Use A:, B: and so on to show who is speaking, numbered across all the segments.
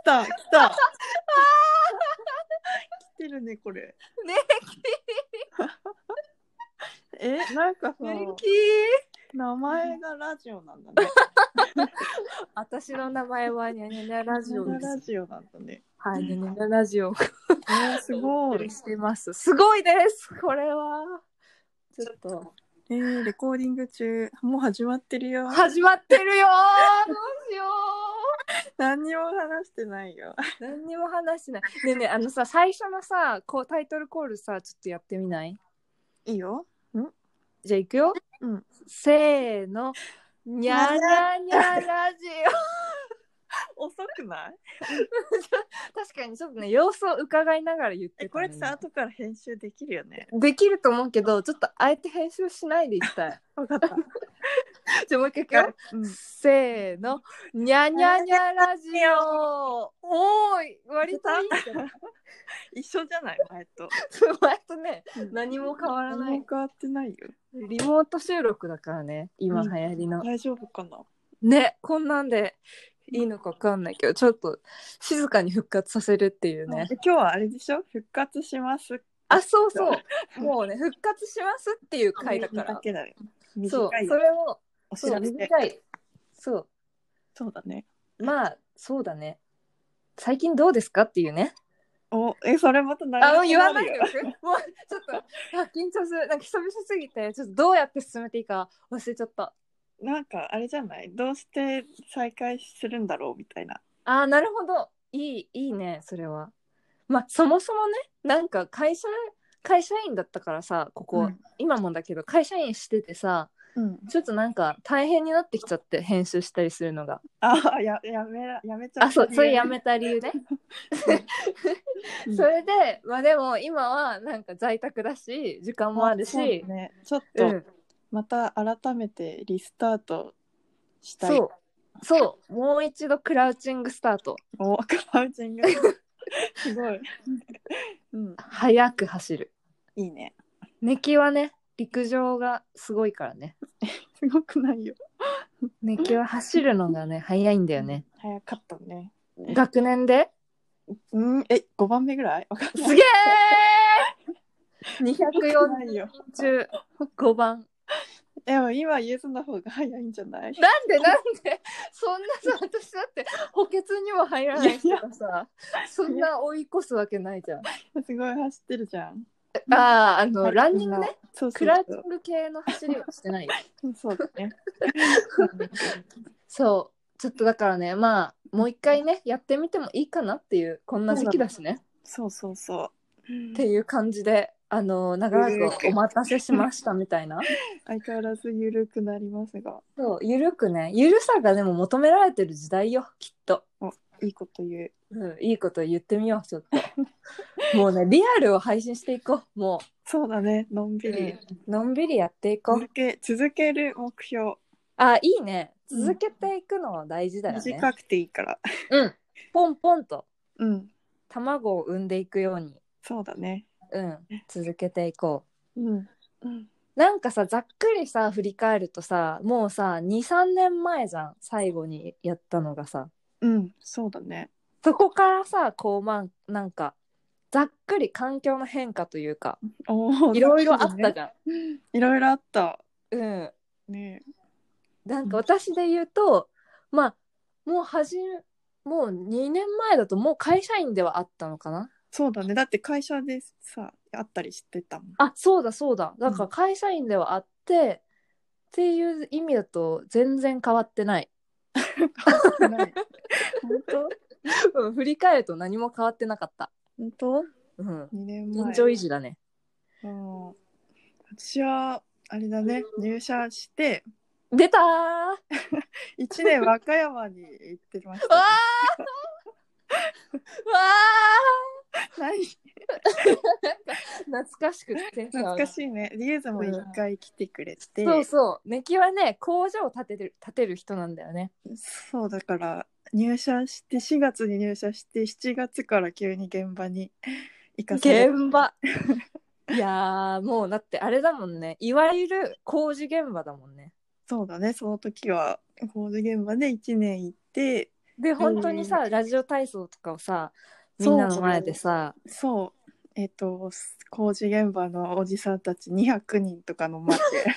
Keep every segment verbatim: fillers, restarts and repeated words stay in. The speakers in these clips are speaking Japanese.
A: た来た来てるねこれ
B: ね
A: えなんかさ
B: 元気
A: 名前がラジオなんだね
B: 私の名前はニャニャニャラジオです。
A: ラジオなんだね。
B: はい、ニャニャニャラジオ。
A: えー、すごい。
B: してます。すごいです。これは。ちょっと。
A: えー、レコーディング中、もう始まってるよ。
B: 始まってるよどうしよう
A: 何にも話してないよ。
B: 何にも話してない。ねえねえ、あのさ、最初のさ、こうタイトルコールさ、ちょっとやってみない？
A: いいよ。ん
B: じゃあ行くよ。
A: うん。
B: せーの。にゃにゃにゃラジ
A: オ。遅くない
B: 確かにちょっとね、様子を伺いながら言ってた、ね。
A: え、これさ、後から編集できるよね。
B: できると思うけど、ちょっとあえて編集しないでいきたい。
A: わかった。
B: じゃあもう一回いくよ。うん、せーの。にゃにゃにゃラジオおーい割といいじゃん。
A: 一緒じゃない前と。
B: 前とね、うん、何も変わらない。
A: 何も変わってないよ。
B: リモート収録だからね、今流行りの。
A: うん、大丈夫かな
B: ね、こんなんでいいのか分かんないけど、ちょっと静かに復活させるっていうね。
A: 今日はあれでしょ復活します。
B: あ、そうそう。もうね、復活しますっていう回だから。
A: だけだよ。
B: そう、それを
A: お知らせ。
B: 短い。そう。
A: そうだね。
B: まあ、そうだね。最近どうですかっていうね。
A: お、え、それまた
B: 何も言わないでよ。もうちょっと緊張する。なんか久々すぎて、ちょっとどうやって進めていいか忘れちゃった。
A: なんかあれじゃない？どうして再開するんだろうみたいな。
B: あー、なるほど。いい、いいね、それは。まあ、そもそもね、なんか会社、会社員だったからさ、ここ、うん、今もだけど、会社員しててさ、うん、ちょっとなんか大変になってきちゃって、編集したりするのが。
A: あ、や、やめ、やめちゃった。
B: あ、そう、それやめた理由ね。それで、まあでも今はなんか在宅だし、時間もあるし、
A: ね、ちょっと、また改めてリスタートしたい。
B: そう、そう、もう一度クラウチングスタート。
A: お、クラウチング。すごい、
B: うん。速く走る。
A: いいね。
B: ネキはね、陸上がすごいからね。
A: すごくないよ。
B: ネキは走るのがね、速いんだよね。
A: 速かったね。
B: 学年で
A: うん、え、ごばんめぐらい？
B: すげーにひゃくよんじゅうごばん。
A: でも今ユーズの方が早いんじゃない？
B: なんでなんでそんなさ、私だって補欠にも入らない人がさ、そんな追い越すわけないじゃん。
A: すごい走ってるじゃん。
B: ああ、あの、はい、ランニングね。
A: そうそうそう、
B: クラウチング系の走りはしてないよ。
A: そうだね。
B: そう、ちょっとだからね、まあもう一回ねやってみてもいいかなっていう、こんな時期だしね。
A: そうそうそう。
B: っていう感じで、あの長らくお待たせしましたみたいな。
A: 相変わらずゆるくなりますが。
B: そう、ゆるくね、ゆるさがでも求められてる時代よ、きっと。
A: お、いいこと言う。
B: うん、いいこと言ってみよう、ちょっと。もうね、リアルを配信していこう、もう。
A: そうだね、のんびり。
B: うん、のんびりやっていこう。
A: 続け、続ける目標。
B: あ、いいね。続けていくのは大事だよね。
A: 短くていいから。
B: うん。ポンポンと。
A: うん。
B: 卵を産んでいくように。
A: そうだね。
B: うん。続けていこ
A: う。うん。うん、
B: なんかさ、ざっくりさ、振り返るとさ、もうさ、に、さんねんまえじゃん。最後にやったのがさ。
A: うん、そうだね。
B: そこからさ、こう、まあ、なんか、ざっくり環境の変化というか、いろいろあったじゃん。
A: ね、いろいろあった。
B: うん。
A: ね、
B: なんか私で言うと、うん、まあ、もうはじもうにねんまえだともう会社員ではあったのかな。
A: そうだね。だって会社でさ、あったりしてたもん。
B: あ、そうだそうだ。だから会社員ではあって、うん、っていう意味だと全然変わってない。
A: 変わってない。本
B: 当？うん、振り返ると何も変わってなかった。
A: 本当？
B: うん。
A: にねんまえ。
B: 現状維持だね。
A: うん。私はあれだね、入社して
B: 出たー
A: いちねん和歌山に行ってました、ね。
B: わーわ
A: ー何
B: 懐かしくて
A: 懐かしいね。リュウズも一回来てくれて、
B: うん、そうそうネキはね工場を建てる建てる人なんだよね。
A: そうだから入社してしがつに入社してしちがつから急に現場に行かされて、
B: 現場いやーもうだってあれだもんね、いわゆる工事現場だもんね。
A: そうだね、その時は工事現場でいちねん行って、
B: で本当にさ、
A: えー、
B: ラジオ体操とかをさみんなの前でさ、
A: そうえっ、ー、と工事現場のおじさんたちにひゃくにんとかの前で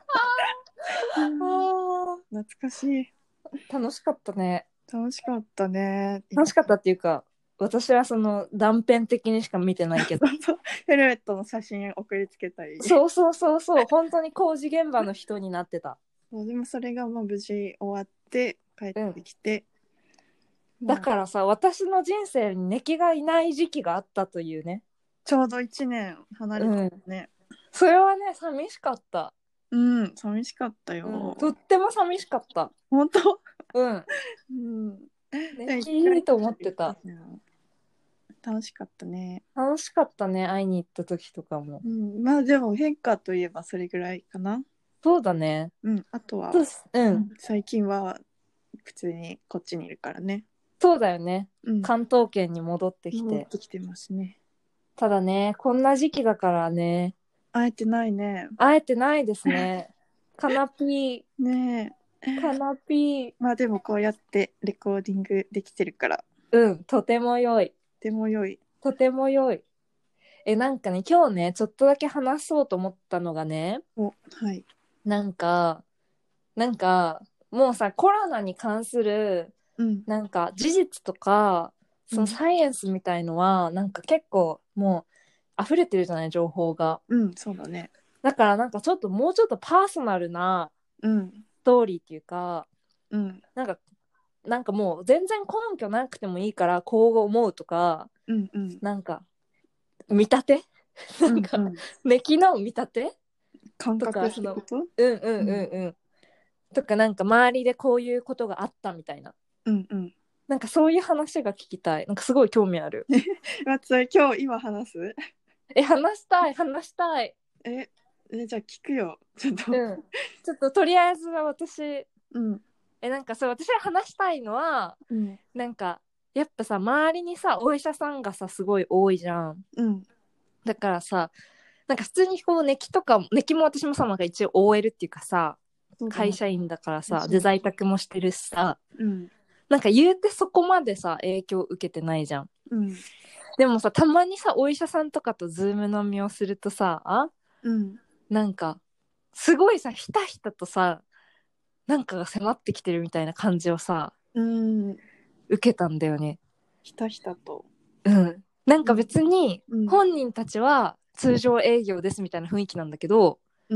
A: あ懐かしい。
B: 楽しかったね。
A: 楽しかったね。
B: 楽しかったっていうか、私はその断片的にしか見てないけど
A: ヘルメットの写真送りつけたり。
B: そうそうそうそう、本当に工事現場の人になってた。
A: でもそれがまあ無事終わって帰ってきて、
B: うん、だからさ、私の人生にネキがいない時期があったというね。
A: ちょうどいちねん離れてね、
B: うん、それはね寂しかった。
A: うん、寂しかったよ、
B: うん、とっても寂しかった。
A: 本当。
B: うん、うん、ネキいいと思ってた。
A: 楽しかったね。
B: 楽しかったね、会いに行った時とかも。
A: うん、まあでも変化といえばそれぐらいかな。
B: そうだね。
A: うん、あとは、
B: うん、
A: 最近は普通にこっちにいるからね。
B: そうだよね、
A: うん、
B: 関東圏に戻ってきて
A: 戻ってきてますね。
B: ただね、こんな時期だからね、
A: 会えてないね。
B: 会えてないですねカナピー
A: ね
B: えカナピー。
A: まあでもこうやってレコーディングできてるから、
B: うん、とても良い。
A: とても良い。
B: とても良い。え、なんかね、今日ね、ちょっとだけ話そうと思ったのがね、
A: お、はい。
B: なんか、なんか、もうさ、コロナに関する、
A: うん、
B: なんか事実とか、そのサイエンスみたいのは、なんか結構もう溢れてるじゃない、情報が。
A: うん、そうだね。
B: だからなんかちょっともうちょっとパーソナルな
A: うん、
B: ストーリーっていうか、
A: うん、
B: なんか、なんかもう全然根拠なくてもいいからこう思うとか、
A: うん、うん。
B: なんか見立てなんか、うんうん、目昨日見立て
A: 感
B: とか、
A: 覚ってこと？
B: うんうんうんうん。とか、なんか周りでこういうことがあったみたいな。
A: うんうん。
B: なんかそういう話が聞きたい。なんかすごい興味ある。
A: それ今日今話す？
B: え、話したい、話したい。
A: え、えじゃあ聞くよ。ちょっと。
B: うん。ちょっととりあえずは私、
A: うん。
B: え、なんかそう、私が話したいのは、
A: うん。
B: なんか、やっぱさ、周りにさ、お医者さんがさ、すごい多いじゃん。
A: うん。
B: だからさ、なんか普通にこう、ネキとか、ネキも私もさ、なんか一応 オーエル っていうかさ、会社員だからさ、で在宅もしてるしさ、
A: うん、
B: なんか言うてそこまでさ影響受けてないじゃん、
A: うん、
B: でもさ、たまにさお医者さんとかとズーム飲みをするとさ、
A: うん、
B: なんかすごいさひたひたとさなんかが迫ってきてるみたいな感じをさ、
A: うん、
B: 受けたんだよね。
A: ひたひたと。
B: うんなんか別に
A: うん、
B: 本人たちは通常営業ですみたいな雰囲気なんだけど、
A: うん、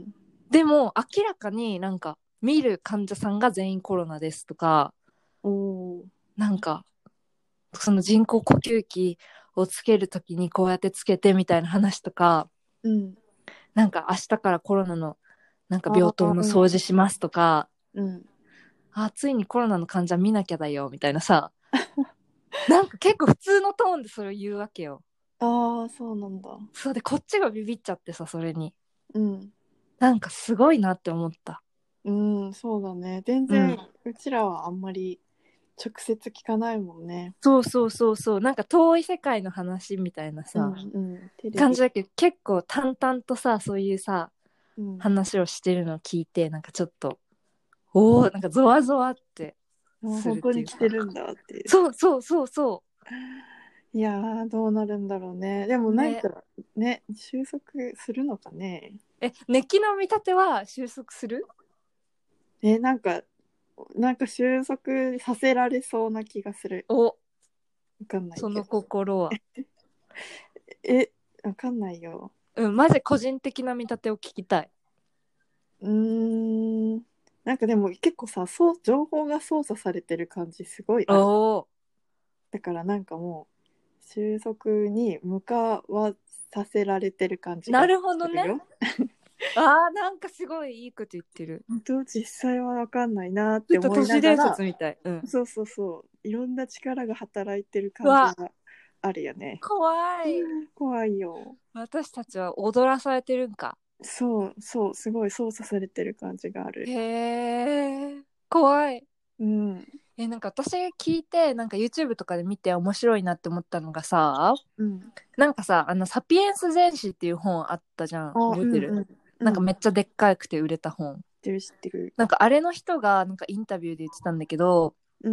B: でも明らかになんか見る患者さんが全員コロナですとか、
A: お
B: なんかその人工呼吸器をつけるときにこうやってつけてみたいな話とか、
A: うん、
B: なんか明日からコロナのなんか病棟の掃除しますとか、
A: うん、
B: あ、ついにコロナの患者見なきゃだよみたいなさなんか結構普通のトーンでそれを言うわけよ。
A: ああ、そうなんだ。
B: そうでこっちがビビっちゃってさ、それに
A: うん、
B: なんかすごいなって思った。
A: うん、そうだね。全然、うん、うちらはあんまり直接聞かないもんね。
B: そうそうそうそう、なんか遠い世界の話みたいなさ、
A: うんうん、
B: 感じだけど結構淡々とさそういうさ、
A: うん、
B: 話をしてるのを聞いて、なんかちょっとおお、なんかゾワゾワってするっていうか、
A: 本当に来てるんだっていう。
B: そうそうそうそ
A: いやー、どうなるんだろうね。でもなんかね、ね、収束するのかね。
B: え、ネキの見立ては収束する？
A: え、なんか、なんか収束させられそうな気がする。
B: お、
A: わかんないけど。
B: その心は。
A: え、わかんないよ。
B: うん、マジ個人的な見立てを聞きたい。
A: うーん。なんかでも結構さ、そう、情報が操作されてる感じすごいある。
B: お
A: だからなんかもう、収束に向かわさせられてる感じが
B: な
A: するよ。
B: るほどね。あー、なんかすごいいいこと言ってる。
A: 本当実際はわかんないなっ
B: ちょっと
A: て思い
B: 都市伝
A: ながら、
B: 説みたい。うん。
A: そうそうそう、いろんな力が働いてる感じがあるよね。
B: 怖い。
A: 怖いよ。
B: 私たちは踊らされてるんか。
A: そうそう、すごい操作されてる感じがある。
B: へえ、怖い。
A: うん。
B: え、なんか私聞いて、なんか YouTube とかで見て面白いなって思ったのがさ、
A: うん。
B: なんかさ、あの、サピエンス全史っていう本あったじゃん。
A: あ、
B: 覚えてる？
A: うんうん。
B: なんかめっちゃでっかくて売れた本。
A: 知ってる知ってる。
B: なんかあれの人がなんかインタビューで言ってたんだけど、
A: うん。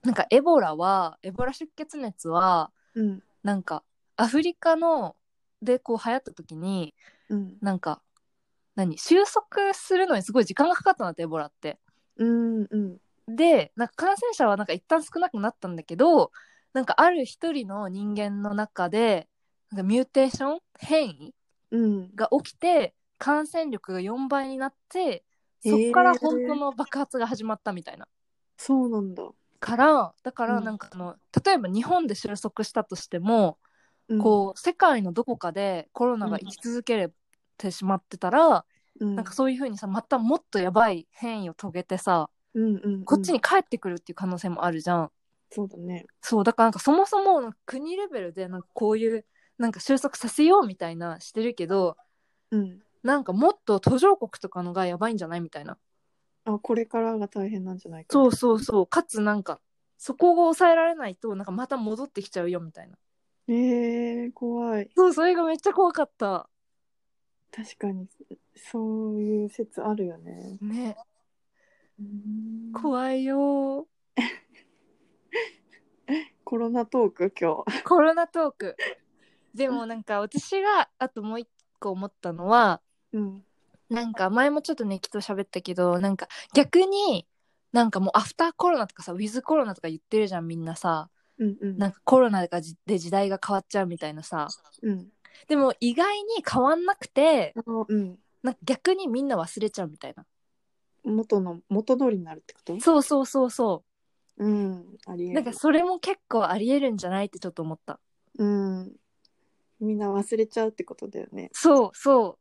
B: なんかエボラはエボラ出血熱は、
A: うん、
B: なんかアフリカのでこう流行った時に、
A: うん、
B: なんか何収束するのにすごい時間がかかったんだって、エボラって。
A: うん、うん、
B: でなんか感染者はなんか一旦少なくなったんだけど、なんかある一人の人間の中でなんかミューテーション変異
A: うん。
B: が起きて感染力がよんばいになって、そっ
A: へ
B: から本当
A: え、
B: の爆発が始まったみたいな。
A: そうなんだ。
B: からだか
A: うん、
B: らなんかあの例えば日本で収束したとしても、
A: うん、
B: こう世界のどこかでコロナ
A: うん、
B: が生き続けてしまってたら、
A: うん、
B: なんかそういう風にさ、またもっとやばい変異を遂げてさ、
A: うん、うん、うん。
B: こっちに帰ってくるっていう可能性もあるじゃん。
A: そうだね。
B: そうだからなんかそもそもなんか国レベルでなんかこういうなんか収束させようみたいなしてるけど、
A: うん。
B: なんかもっと途上国とかのがやばいんじゃないみたいな。
A: あ、これからが大変なんじゃないかって
B: そう
A: こと。
B: そうそう。かつなんかそこを抑えられないとなんかまた戻ってきちゃうよみたいな。
A: えー、怖い。
B: そう、それがめっちゃ怖かった。
A: 確かに、そういう説あるよね。
B: ね。
A: うーん。
B: 怖いよ。
A: コロナトーク、今日。
B: コロナトーク。でもなんか私があともう一個思ったのは、
A: うん。
B: なんか前もちょっとねきっと喋ったけど、なんか逆になんかもうアフターコロナとかさ、ウィズコロナとか言ってるじゃんみんなさ。
A: うんうん。
B: なんかコロナで時代が変わっちゃうみたいなさ。
A: うん。
B: でも意外に変わんなくて、
A: あ、うん。
B: なんか逆にみんな忘れちゃうみたいな。
A: 元の、元通りになるってこと？
B: そうそうそうそ
A: うん。あり
B: う。なんか
A: える。
B: それも結構ありえるんじゃないってちょっと思った。
A: うん。みんな忘れちゃうってことだよね。
B: そうそう。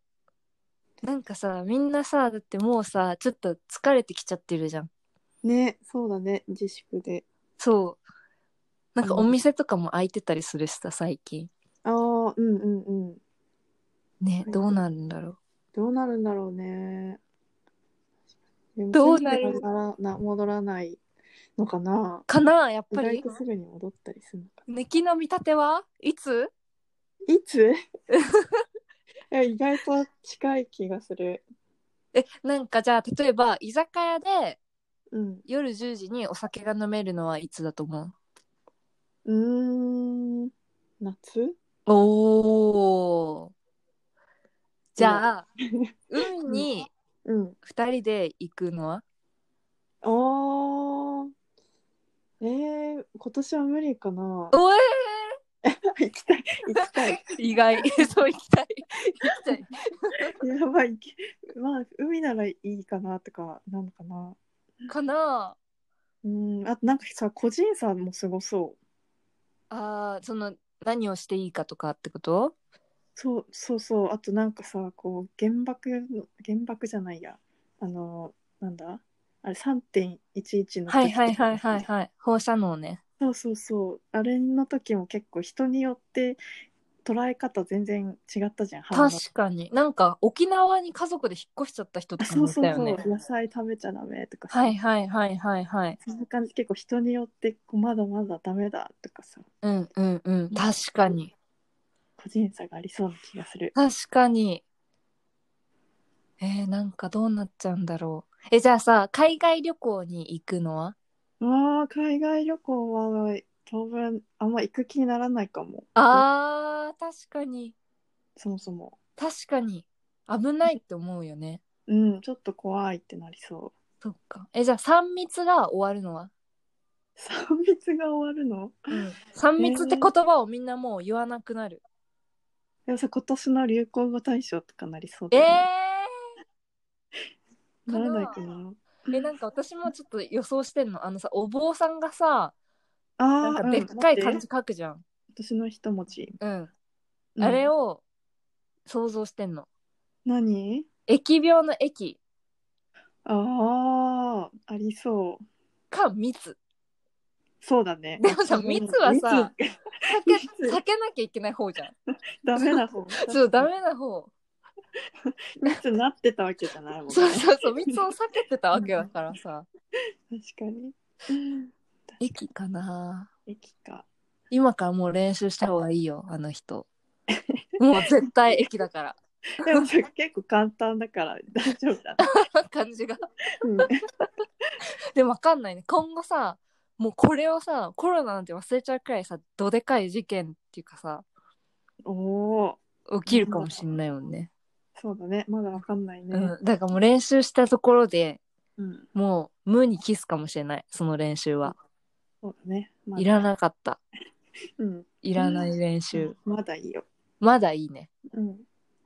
B: なんかさ、みんなさ、だってもうさ、ちょっと疲れてきちゃってるじゃん。
A: ね、そうだね。自粛で。
B: そう。なんかお
A: あんまり。
B: 店とかも開いてたりするしさ、最近。
A: ああ、うんうんうん。
B: ね、どうなるんだろう。
A: どうなるんだろうね。でもすぐには
B: どうなる
A: ならな戻らないのかな。
B: かな、やっ
A: 意
B: ぱり。
A: 外とすぐに戻ったりするのか
B: ネキの見立てはいつ？
A: な。いつ？いや意外と近い気がする。
B: え、なんかじゃあ、例えば、居酒屋で
A: うん。
B: 夜じゅうじにお酒が飲めるのはいつだと思
A: うーん。夏？
B: う？おー。じ
A: いや。
B: ゃあ、海
A: うん。
B: に
A: うん。
B: ふたりで行くのは？
A: ああ。えー、今年は無理かな。
B: おえ
A: 行きたい。行きたい。
B: ー、意外。そう行きたい。行きたい。
A: やばい。まあ、海ならいいかなとか、なのかな。
B: かな。
A: うん。あとなんかさ、個人差もすごそう。
B: あー、その、何をしていいかとかってこと？
A: そうそうそう。あとなんかさ、こう、原爆の、原爆じゃないや。あの、なんだあれ、さんてんいちいちの
B: はい
A: 時とか。
B: はいはいはいはい。放射能ね。
A: そうそうそう。あれの時も結構人によって捉え方全然違ったじゃん、反応。
B: 確かに。なんか、沖縄に家族で引っ越しちゃった人
A: あ、
B: とか
A: そう
B: もいたよね。
A: そうそう。野菜食べちゃダメとかさ。
B: はいはいはいはいはい。
A: そんな感じ、結構人によってこうまだまだダメだとかさ。
B: うんうんうん。確かに。
A: 個人差がありそうな気がする。
B: 確かに。えー、なんかどうなっちゃうんだろう。え、じゃあさ、海外旅行に行くのは？
A: ああ、海外旅行は当分あんま行く気にならないかも。
B: あー、確かに。
A: そもそも。
B: 確かに。危ないって思うよね。
A: うん、ちょっと怖いってなりそ
B: そっか。え、じゃあさん密が終わるのは？
A: う。さん密が終わるの？
B: うん。さん
A: え
B: 密って
A: ー、
B: 言葉をみんなもう言わなくなる。
A: でもさ、今年の流行語大賞とかなりそう
B: えー
A: だよね。
B: か
A: ならない
B: な。
A: かな。
B: え、なんか私もちょっと予想してんの。あのさ、お坊さんがさ、なん
A: ああ、
B: かでっ
A: うん、待って。
B: かい漢字書くじゃん。
A: 私の一文字。
B: うん。あれ
A: うん。
B: を想像してんの。
A: 何？
B: 疫病の疫
A: ああー、ありそう。
B: か密。
A: そうだね。
B: でもさ、
A: うん、
B: 密は
A: 密、
B: さ、避け、
A: 密、
B: 避けなきゃいけない方じゃん。
A: ダメな方。
B: そう、ダ
A: 確かに。
B: メな方。
A: 密になってたわけじゃないもんね。
B: そうそうそう、密を避けてたわけだ
A: うん
B: からさ。
A: 確かに。確か
B: 駅かな。
A: に。駅か。
B: 今からもう練習した方がいいよ、あの人。もう絶対駅だから。
A: でもそれ結構簡単だから大丈夫だね。
B: 感じが。
A: うん。
B: でもわかんないね。今後さ、 もうこれをさコロナなんて忘れちゃうくらいさどでかい事件っていうかさ
A: お
B: 起きるかもしんないもんね。
A: そうだね、まだわかんないね。
B: うん、だからもう練習したところで、
A: うん、
B: もう無にキスかもしれない、その練習は。
A: そうだね。まだ
B: いらなかった。
A: うん。
B: いらない練習。
A: うん、まだいいよ。
B: まだいいね。
A: うん。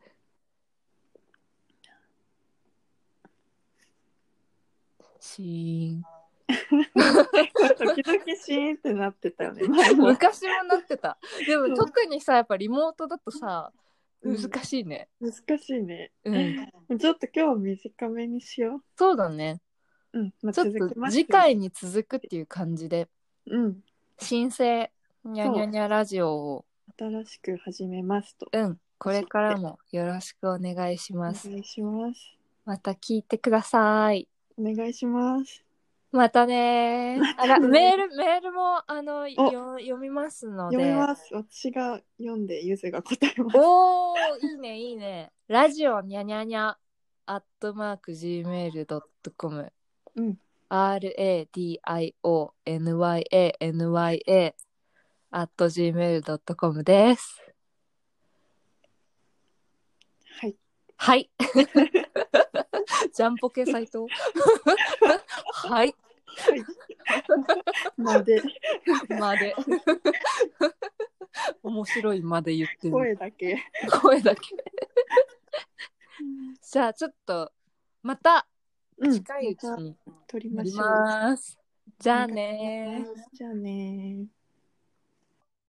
B: シーン。
A: 時々シーンってなってたよね。前も
B: 昔もなってた。でも特にさやっぱリモートだとさ難しいね。
A: うん、難しいね。
B: うん。
A: ちょっと今日短めにしよう。
B: そうだね。
A: うん。まあ、
B: ちょっと次回に続くっていう感じで。
A: うん。
B: 新生にゃにゃにゃラジオを
A: 新しく始めますと。
B: うん。これからもよろしくお願いします。
A: お願いします。
B: また聞いてください。
A: お願いします。
B: またねー。
A: またね
B: あら、メール、メールも、あの、よ読みますので。
A: 読みます。私が読んで、ゆずが答えます。
B: おー、いいね、いいね。ラジオにゃにゃにゃ、アットマーク、ジーメールドットコム。
A: うん。
B: アールエーディーアイオーエヌワイエーエヌワイエー アット ジーメールドットコム です。
A: はい。
B: はい。ジャンポケ斎藤はい。
A: はい。まで。
B: まで。面白いまで言ってる。
A: 声だけ。
B: 声だけ。じゃあちょっとまた近いうちに
A: 撮り
B: やり
A: ましょう。
B: ます。じゃあねー。
A: じゃあねー。